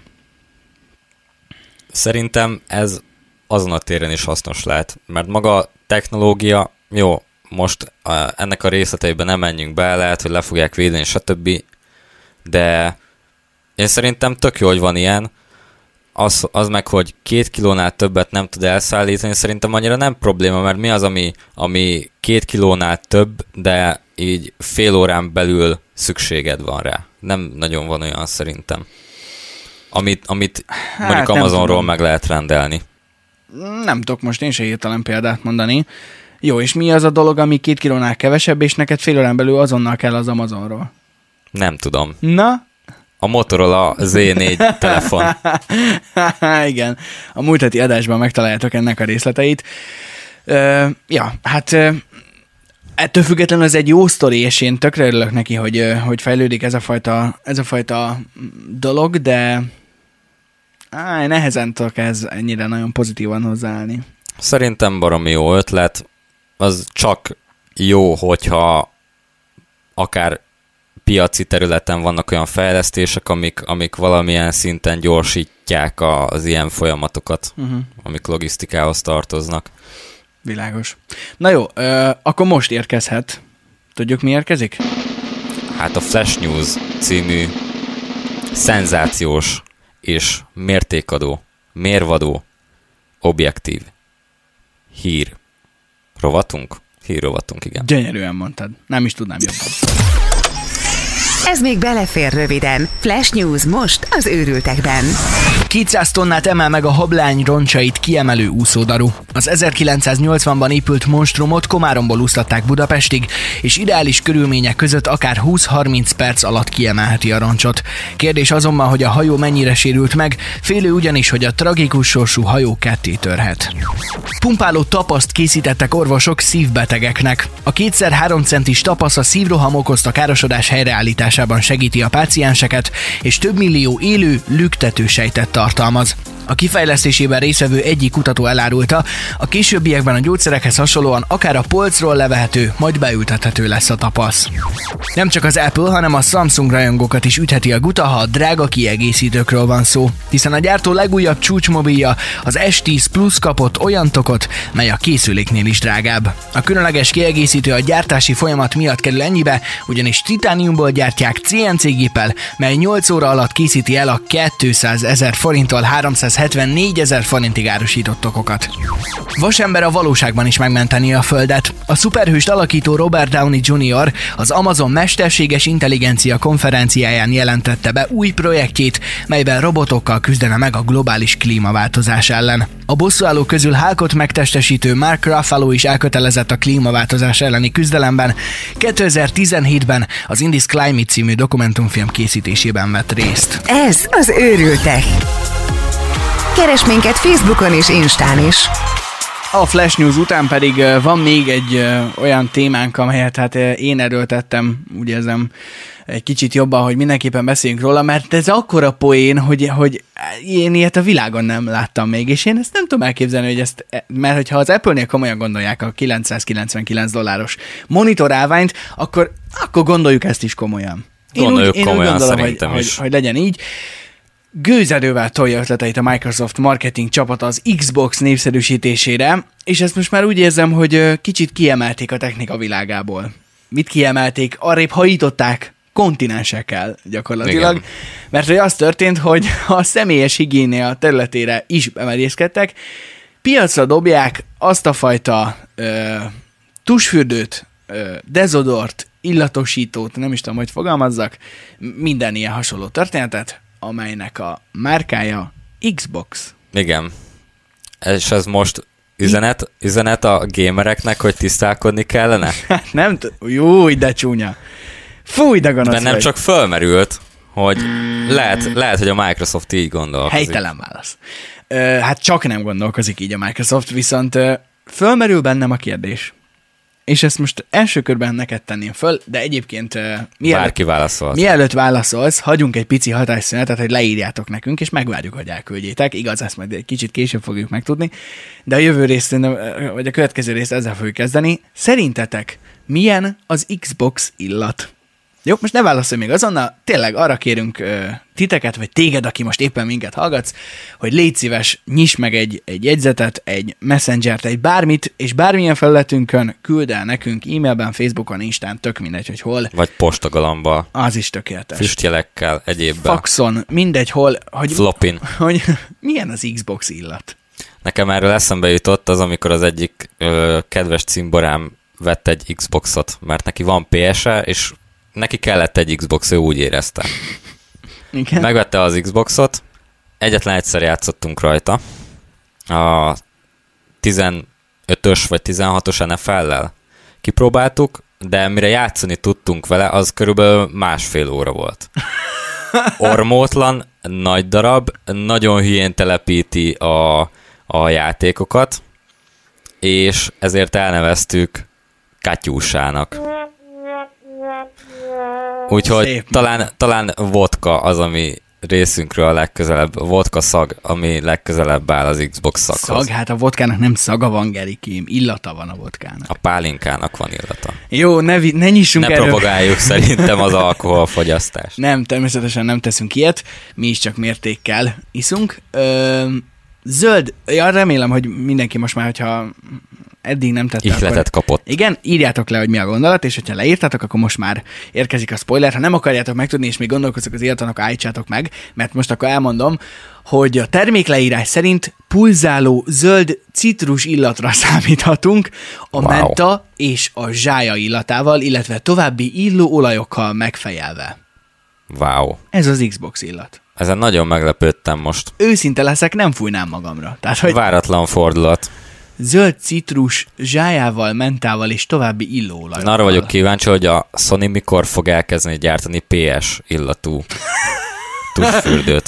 Szerintem ez azon a téren is hasznos lehet, mert maga a technológia, jó, most ennek a részleteiben nem menjünk be, lehet, hogy le fogják védeni, stb. De én szerintem tök jó, hogy van ilyen, az, az meg, hogy két kilónál többet nem tud elszállítani, szerintem annyira nem probléma, mert mi az, ami, ami két kilónál több, de így fél órán belül szükséged van rá. Nem nagyon van olyan szerintem. Amit, amit hát, mondjuk Amazonról meg lehet rendelni. Nem tudok most én se hirtelen példát mondani. Jó, és mi az a dolog, ami két kilónál kevesebb, és neked fél órán belül azonnal kell az Amazonról? Nem tudom. Na? A Motorola zé négy telefon. Igen. A múlt heti adásban megtaláljátok ennek a részleteit. Uh, ja, hát uh, ettől függetlenül ez egy jó sztori, és én tökre örülök neki, hogy, uh, hogy fejlődik ez a fajta, ez a fajta dolog, de áj, nehezen tudok ez ennyire nagyon pozitívan hozzáállni. Szerintem baromi jó ötlet. Az csak jó, hogyha akár piaci területen vannak olyan fejlesztések, amik, amik valamilyen szinten gyorsítják az ilyen folyamatokat, uh-huh. amik logisztikához tartoznak. Világos. Na jó, ö, akkor most érkezhet. Tudjuk, mi érkezik? Hát a Flash News című szenzációs és mértékadó, mérvadó, objektív hír rovatunk? Hír rovatunk, igen. Gyönyörűen mondtad. Nem is tudnám jobban. Ez még belefér röviden. Flash News most az őrültekben. kétszáz tonnát emel meg a hablány roncsait kiemelő úszódaru. Az ezerkilencszáznyolcvanban épült monstrumot Komáromból úsztatták Budapestig, és ideális körülmények között akár húsz-harminc perc alatt kiemelheti a roncsot. Kérdés azonban, hogy a hajó mennyire sérült meg, félő ugyanis, hogy a tragikus sorsú hajó ketté törhet. Pumpáló tapaszt készítettek orvosok szívbetegeknek. A kétszer három centis tapasz a szívroham okozta károsodás helyreállításában segíti a pácienseket, és több millió élő, lüktető sejtet tartalmaz. A kifejlesztésében résztvevő egyik kutató elárulta, a későbbiekben a gyógyszerekhez hasonlóan akár a polcról levehető, majd beültethető lesz a tapasz. Nem csak az Apple, hanem a Samsung rajongókat is ütheti a guta, ha a drága kiegészítőkről van szó, hiszen a gyártó legújabb csúcsmobilja, az es tíz Plus kapott olyan tokot, mely a készüléknél is drágább. A különleges kiegészítő a gyártási folyamat miatt kerül ennyibe, ugyanis titániumból gyártják cé en cé géppel, mely nyolc óra alatt készíti el a kétszázezer forinttól háromszázhetvennégyezer forintig árusított tokokat. Vasember a valóságban is megmenteni a Földet. A szuperhőst alakító Robert Downey junior az Amazon mesterséges intelligencia konferenciáján jelentette be új projektjét, melyben robotokkal küzdene meg a globális klímaváltozás ellen. A bosszúálló közül Hulkot megtestesítő Mark Ruffalo is elkötelezett a klímaváltozás elleni küzdelemben. kétezer-tizenhétben az In This Climate című dokumentumfilm készítésében vett részt. Ez az őrültek. Keresd minket Facebookon és Instán is. A Flash News után pedig van még egy olyan témánk, amelyet hát én erőltettem, úgy érzem, egy kicsit jobban, hogy mindenképpen beszéljünk róla, mert ez akkora poén, hogy, hogy én ilyet a világon nem láttam még, és én ezt nem tudom elképzelni, hogy ezt, mert hogyha az Apple-nél komolyan gondolják a kilencszázkilencvenkilenc dolláros monitorálványt, akkor, akkor gondoljuk ezt is komolyan. Gondoljuk én úgy, komolyan, én úgy gondolom, szerintem hogy, is. hogy, hogy legyen így. Gőzerővel tolja ötleteit a Microsoft marketing csapata az Xbox népszerűsítésére, és ezt most már úgy érzem, hogy kicsit kiemelték a technika világából. Mit kiemelték? Arrébb hajították kontinensekkel gyakorlatilag. Igen. Mert hogy az történt, hogy a személyes higiénia területére is bemerészkedtek, piacra dobják azt a fajta ö, tusfürdőt, ö, dezodort, illatosítót, nem is tudom, hogy fogalmazzak, minden ilyen hasonló történetet, amelynek a márkája Xbox. Igen. És ez most üzenet, üzenet a gamereknek, hogy tisztálkodni kellene? Hát nem t- Jó, de csúnya. Fúj, de gonosz. Bennem csak fölmerült, hogy lehet, lehet, hogy a Microsoft így gondolkozik. Helytelen válasz. Ö, hát csak nem gondolkozik így a Microsoft, viszont ö, fölmerül bennem a kérdés, és ezt most első körben neked tenném föl, de egyébként uh, mielőtt, Bárki válaszolhat. mielőtt válaszolsz, hagyjunk egy pici hatásszünetet, hogy leírjátok nekünk, és megvárjuk, hogy elküldjétek. Igaz, ezt majd egy kicsit később fogjuk megtudni, de a jövő részt, vagy a következő részt ezzel fogjuk kezdeni. Szerintetek milyen az Xbox illat? Jó, most ne válaszolj még azonnal, tényleg arra kérünk ö, titeket, vagy téged, aki most éppen minket hallgatsz, hogy légy szíves, nyiss meg egy, egy jegyzetet, egy messengert, egy bármit, és bármilyen felületünkön küld el nekünk e-mailben, Facebookon, Instán, tök mindegy, hogy hol. Vagy postagalomba. Az is tökéletes. Füstjelekkel, egyébben. Faxon, mindegy, hol. Hogy, Flopin. Hogy milyen az Xbox illat? Nekem erről eszembe jutott az, amikor az egyik ö, kedves cimborám vett egy Xboxot, mert neki van pé es-e, és neki kellett egy Xbox, ő úgy érezte. Igen. Megvette az Xboxot, egyetlen egyszer játszottunk rajta, a tizenötös vagy tizenhatos en ef el-lel kipróbáltuk, de mire játszani tudtunk vele, az körülbelül másfél óra volt. Ormótlan, nagy darab, nagyon hülyén telepíti a, a játékokat, és ezért elneveztük Katyúsának. Úgyhogy Szép. talán, talán vodka az, ami részünkről a legközelebb, vodka szag, ami legközelebb áll az Xbox szaghoz. Szag, hát a vodkának nem szaga van, Gerikém, illata van a vodkának. A pálinkának van illata. Jó, ne, vi- ne nyissunk Ne erről. propagáljuk szerintem az alkoholfogyasztást. Nem, természetesen nem teszünk ilyet, mi is csak mértékkel iszunk. Ö, zöld, ja, remélem, hogy mindenki most már, hogyha eddig nem tette, Ihletet kapott. Igen, írjátok le, hogy mi a gondolat, és hogyha leírtátok, akkor most már érkezik a spoiler. Ha nem akarjátok megtudni, és még gondolkoztok az illatanak, állítsátok meg, mert most akkor elmondom, hogy a termékleírás szerint pulzáló zöld citrus illatra számíthatunk a Wow. menta és a zsája illatával, illetve további illó olajokkal megfejelve. Wow. Ez az Xbox illat. Ezen nagyon meglepődtem most. Őszinte leszek, nem fújnám magamra. Tehát, hogy Váratlan fordulat. zöld citrus zsájával, mentával és további illóolajokkal. Én arra vagyok kíváncsi, hogy a Sony mikor fog elkezdeni gyártani pé es illatú tusfürdőt.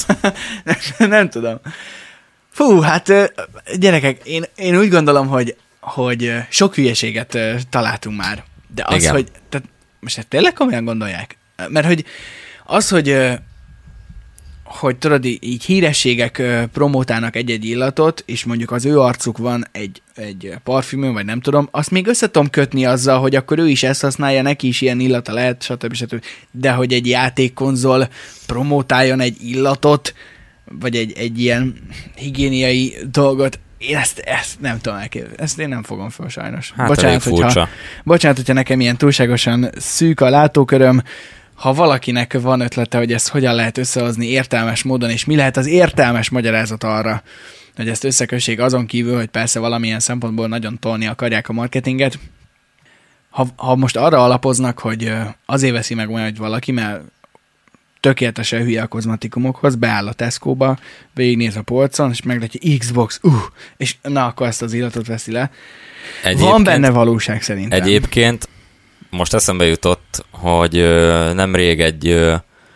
Nem tudom. Fú, hát ö, gyerekek, én, én úgy gondolom, hogy, hogy ö, sok hülyeséget ö, találtunk már. De az, Igen. hogy... Tehát most ezt tényleg komolyan gondolják? Mert hogy az, hogy... ö, hogy tudod, így hírességek ö, promótálnak egy-egy illatot, és mondjuk az ő arcuk van egy, egy parfümön, vagy nem tudom, azt még össze tudom kötni azzal, hogy akkor ő is ezt használja, neki is ilyen illata lehet, stb. stb. De hogy egy játékkonzol promótáljon egy illatot, vagy egy, egy ilyen higiéniai dolgot, én ezt, ezt nem tudom elképzelni. Ezt én nem fogom fel sajnos. Hát bocsánat, elég furcsa. hogyha, bocsánat, hogyha nekem ilyen túlságosan szűk a látóköröm. Ha valakinek van ötlete, hogy ezt hogyan lehet összehozni értelmes módon, és mi lehet az értelmes magyarázat arra, hogy ezt összekössék azon kívül, hogy persze valamilyen szempontból nagyon tolni akarják a marketinget. Ha, ha most arra alapoznak, hogy azért veszi meg olyan, hogy valaki, mert tökéletesen hülye a kozmetikumokhoz, beáll a Tesco-ba, végignéz a polcon, és meglátja Xbox, uh, és na, akkor ezt az illatot veszi le. Egyébként, Van benne valóság szerintem. Egyébként most eszembe jutott, hogy ö, nemrég egy ö,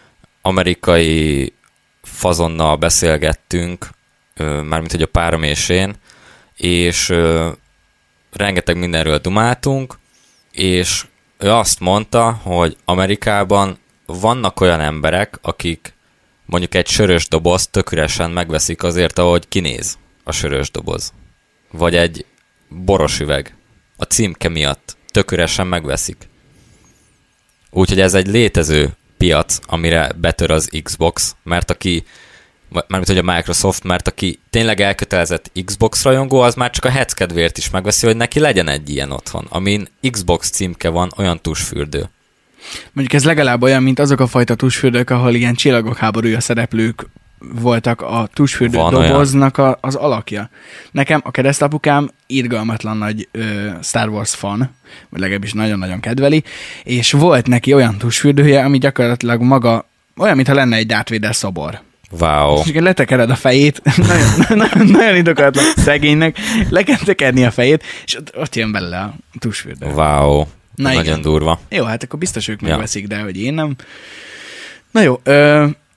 amerikai fazonnal beszélgettünk, ö, mármint hogy a párom és én, és ö, rengeteg mindenről dumáltunk, és ő azt mondta, hogy Amerikában vannak olyan emberek, akik mondjuk egy sörös doboz tök üresen megveszik azért, ahogy kinéz a sörös doboz. Vagy egy boros üveg a címke miatt tök üresen megveszik. Úgyhogy ez egy létező piac, amire betör az Xbox, mert aki, mármint hogy a Microsoft, mert aki tényleg elkötelezett Xbox rajongó, az már csak a hec kedvéért is megveszi, hogy neki legyen egy ilyen otthon, amin Xbox címke van, olyan tusfürdő. Mondjuk ez legalább olyan, mint azok a fajta tusfürdők, ahol ilyen csillagok háborúja szereplők voltak a tusfürdő Van doboznak a, az alakja. Nekem a keresztapukám irgalmatlan nagy ö, Star Wars fan, vagy legalábbis nagyon-nagyon kedveli, és volt neki olyan tusfürdője, ami gyakorlatilag maga olyan, mintha lenne egy Darth Vader szobor. Wow. És akkor letekered a fejét, nagyon, nagyon, nagyon indokolatlan szegénynek, le kell tekerni a fejét, és ott, ott jön belőle a tusfürdő. Wow. Na Nagyon igen. durva. Jó, hát akkor biztos ők Ja. megveszik, de hogy én nem. Na jó, ö,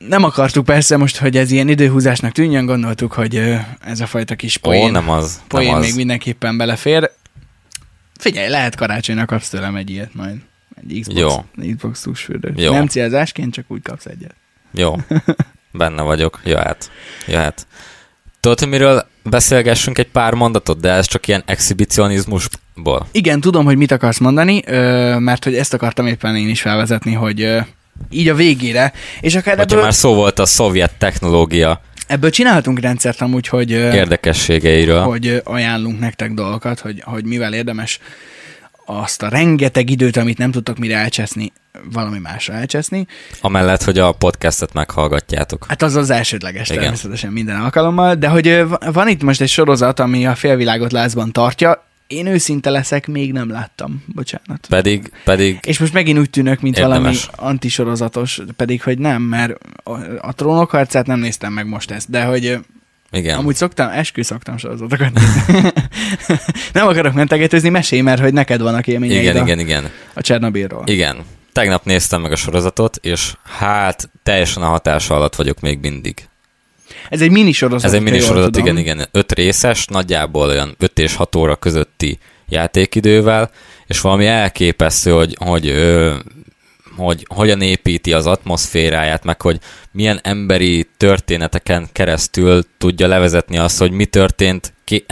nem akartuk persze most, hogy ez ilyen időhúzásnak tűnjön, gondoltuk, hogy ö, ez a fajta kis poén, Ó, nem az, poén nem még az. mindenképpen belefér. Figyelj, lehet karácsonyra kapsz tőlem egy ilyet majd. Egy Xbox, Jó. Xbox túlsfürdő. Jó. Nem célzásként, csak úgy kapsz egyet. Jó, benne vagyok, jöhet, jöhet. Tudod, hogy miről beszélgessünk egy pár mondatot, de ez csak ilyen exhibicionizmusból. Igen, tudom, hogy mit akarsz mondani, ö, mert hogy ezt akartam éppen én is felvezetni, hogy ö, így a végére, és akár Hogyha ebből, már szó volt a szovjet technológia ebből csinálhatunk rendszert amúgy, hogy, ö, érdekességeiről. hogy ö, ajánlunk nektek dolgokat, hogy, hogy mivel érdemes azt a rengeteg időt, amit nem tudtok mire elcseszni, valami másra elcseszni. Amellett, hogy a podcastet meghallgatjátok. Hát az az elsődleges Igen. természetesen minden alkalommal, de hogy ö, van itt most egy sorozat, ami a félvilágot lázban tartja, én őszinte leszek, még nem láttam, bocsánat. Pedig, pedig És most megint úgy tűnök, mint Érdemes. valami antisorozatos, pedig hogy nem, mert a, a Trónok harcát nem néztem meg most ezt, de hogy ö, igen. amúgy szoktam, eskü szoktam sorozatokat nézni. Nem akarok mentegetőzni, mesélj, mert hogy neked vannak élményeid Igen, a, igen, igen. a Csernobilról. Igen. Tegnap néztem meg a sorozatot, és hát teljesen a hatása alatt vagyok még mindig. Ez egy mini sorozat. Ez egy ha mini jól sorozat, tudom. igen, igen. Öt részes, nagyjából olyan öt és hat óra közötti játékidővel, és valami elképesztő, hogy, hogy, ö, hogy hogyan építi az atmoszféráját, meg hogy milyen emberi történeteken keresztül tudja levezetni azt, hogy mi történt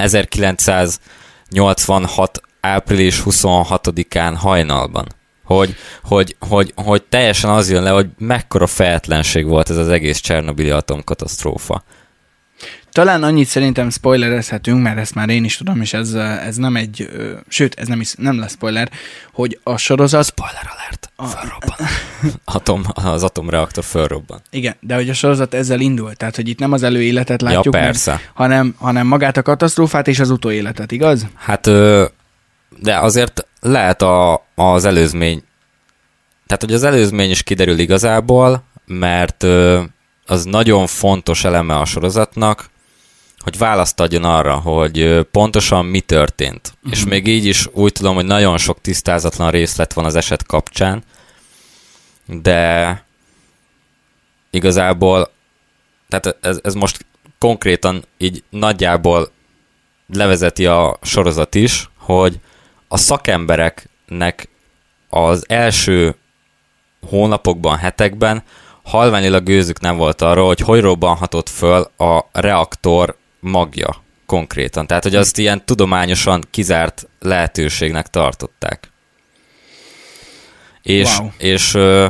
ezerkilencszáznyolcvanhat április huszonhatodikán hajnalban. Hogy, hogy, hogy, hogy teljesen az jön le, hogy mekkora fejetlenség volt ez az egész csernobili atomkatasztrófa. Talán annyit szerintem spoilerezhetünk, mert ezt már én is tudom, és ez, ez nem egy, ö, sőt, ez nem, is, nem lesz spoiler, hogy a sorozat... Spoiler alert, fölrobban. Atom, az atomreaktor fölrobban. Igen, de hogy a sorozat ezzel indul, tehát hogy itt nem az előéletet látjuk, Ja, meg, persze. hanem, hanem magát a katasztrófát és az utóéletet, igaz? Hát, ö, de azért lehet a, az előzmény, tehát hogy az előzmény is kiderül igazából, mert ö, az nagyon fontos eleme a sorozatnak, hogy választ adjon arra, hogy ö, pontosan mi történt. Uh-huh. És még így is úgy tudom, hogy nagyon sok tisztázatlan részlet van az eset kapcsán, de igazából, tehát ez, ez most konkrétan így nagyjából levezeti a sorozat is, hogy a szakembereknek az első hónapokban, hetekben halványilag gőzük nem volt arról, hogy hogy robbanhatott föl a reaktor magja konkrétan. Tehát, hogy azt ilyen tudományosan kizárt lehetőségnek tartották. És, Wow. és ö,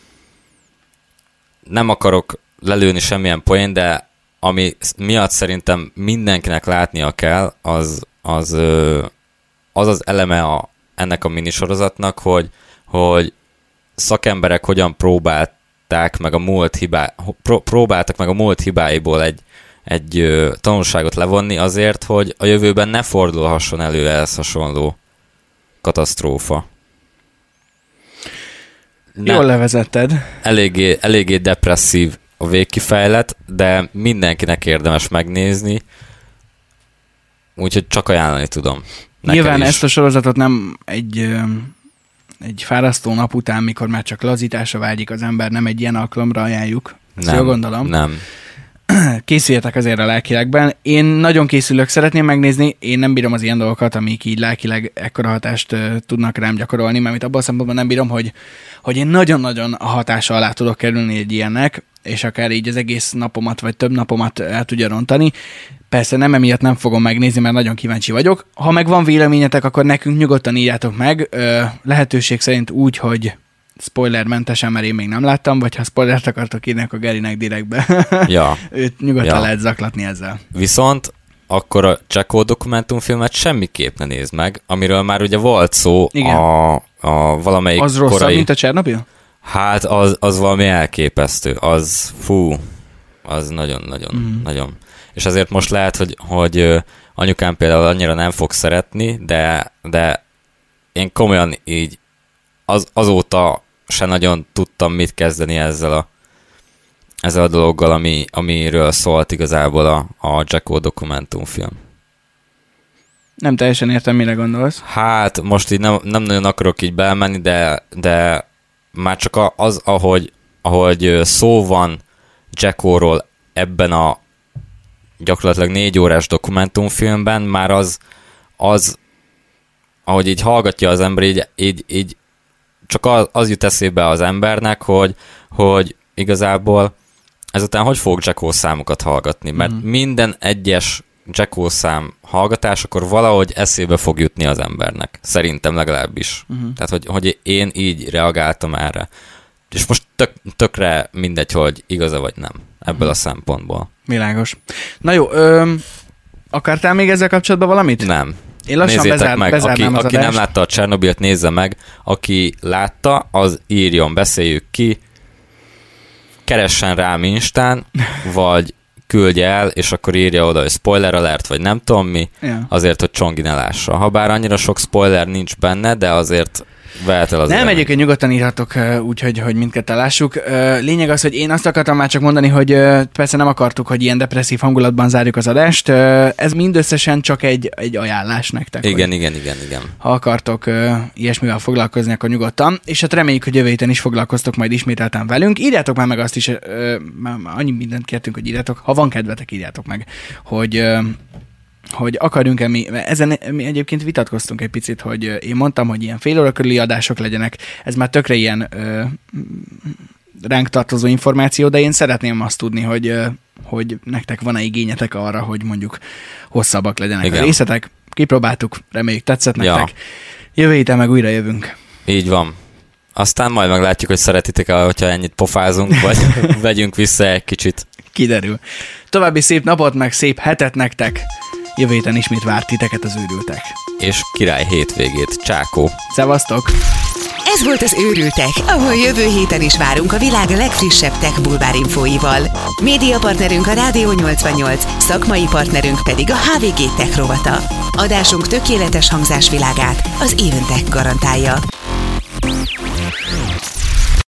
nem akarok lelőni semmilyen poén, de ami miatt szerintem mindenkinek látnia kell, az az, ö, az, az eleme a, ennek a minisorozatnak, hogy, hogy szakemberek hogyan próbálták meg a múlt hibá, pró, próbáltak meg a múlt hibáiból egy, egy ö, tanulságot levonni azért, hogy a jövőben ne fordulhasson elő ehhez hasonló katasztrófa. Ne, Jól levezetted. eléggé, eléggé depresszív a végkifejlet, de mindenkinek érdemes megnézni, úgyhogy csak ajánlani tudom. Neked Nyilván is. ezt a sorozatot nem egy, ö, egy fárasztó nap után, mikor már csak lazításra vágyik az ember, nem egy ilyen alkalomra ajánljuk. Ezt nem, jól gondolom. Nem. Készüljetek azért a lelkilegben. Én nagyon készülök, szeretném megnézni, én nem bírom az ilyen dolgokat, amik így lelkileg ekkora hatást uh, tudnak rám gyakorolni, mert abban a szempontból nem bírom, hogy, hogy én nagyon-nagyon a hatása alá tudok kerülni egy ilyennek, és akár így az egész napomat, vagy több napomat el tudja rontani. Persze nem emiatt nem fogom megnézni, mert nagyon kíváncsi vagyok. Ha meg van véleményetek, akkor nekünk nyugodtan írjátok meg. Ö, lehetőség szerint úgy, hogy spoilermentesen, mert én még nem láttam, vagy ha spoilert akartok írni, akkor Gerinek direktbe. Ja. Őt nyugodtan Ja. lehet zaklatni ezzel. Viszont akkor a Csekó dokumentumfilmet semmiképp ne nézd meg, amiről már ugye volt szó Igen. a, a valamelyik Az rosszabb, korai... mint a Csernobil? Hát az, az valami elképesztő, az fú, az nagyon-nagyon, Mhm. nagyon. És azért most lehet, hogy, hogy ö, anyukám például annyira nem fog szeretni, de, de én komolyan így az, azóta se nagyon tudtam mit kezdeni ezzel a, ezzel a dologgal, ami, amiről szólt igazából a, a Csekó dokumentumfilm. Nem teljesen értem, mire gondolsz. Hát most így nem, nem nagyon akarok így belemenni, de, de már csak a- az, ahogy, ahogy szó van Jackoról ebben a gyakorlatilag négy órás dokumentumfilmben már az, az ahogy így hallgatja az ember, így, így, így csak az, az jut eszébe az embernek, hogy, hogy igazából ezután hogy fog Jacko számokat hallgatni, mert mm. minden egyes Jacko szám hallgatás, akkor valahogy eszébe fog jutni az embernek. Szerintem legalábbis. Uh-huh. Tehát, hogy, hogy én így reagáltam erre. És most tök, tökre mindegy, hogy igaz-e vagy nem. Ebből uh-huh. a szempontból. Világos. Na jó, ö, akartál még ezzel kapcsolatban valamit? Nem. Én lassan Nézzétek bezár, meg, aki, az aki nem látta a Csernobilt, nézze meg. Aki látta, az írjon, beszéljük ki, keressen rám Instán, vagy küldje el, és akkor írja oda, hogy spoiler alert, vagy nem tudom mi, ja. azért, hogy Csongi ne lássa. Habár annyira sok spoiler nincs benne, de azért vehet el az Nem, egyébként nyugodtan írhatok úgy, hogy, hogy mindketten lássuk. Lényeg az, hogy én azt akartam már csak mondani, hogy persze nem akartuk, hogy ilyen depresszív hangulatban zárjuk az adást. Ez mindösszesen csak egy, egy ajánlás nektek. Igen, igen, igen, igen. Ha akartok ilyesmivel foglalkozni, akkor nyugodtan. És hát reméljük, hogy jövő héten is foglalkoztok majd ismételten velünk. Írjátok már meg azt is, már annyi mindent kértünk, hogy írjátok. Ha van kedvetek, írjátok meg, hogy... hogy akarjunk-e mi, ezen mi egyébként vitatkoztunk egy picit, hogy én mondtam, hogy ilyen fél óra körüli adások legyenek, ez már tökre ilyen ö, ránk tartozó információ, de én szeretném azt tudni, hogy, ö, hogy nektek van-e igényetek arra, hogy mondjuk hosszabbak legyenek Igen. a részletek. Kipróbáltuk, reméljük tetszett nektek. Ja. Jövő héten meg újra jövünk. Így van. Aztán majd meglátjuk, hogy szeretitek-e, hogyha ennyit pofázunk, vagy vegyünk vissza egy kicsit. Kiderül. További szép napot, meg szép hetet nektek. Jövő héten ismét várt titeket az őrültek. És király hétvégét. Csákó. Szevasztok! Ez volt az Őrültek, ahol jövő héten is várunk a világ legfrissebb tech bulvár infóival. Média partnerünk a Rádió nyolcvannyolc, szakmai partnerünk pedig a há vé gé Tech rovata. Adásunk tökéletes hangzásvilágát az Eventech garantálja.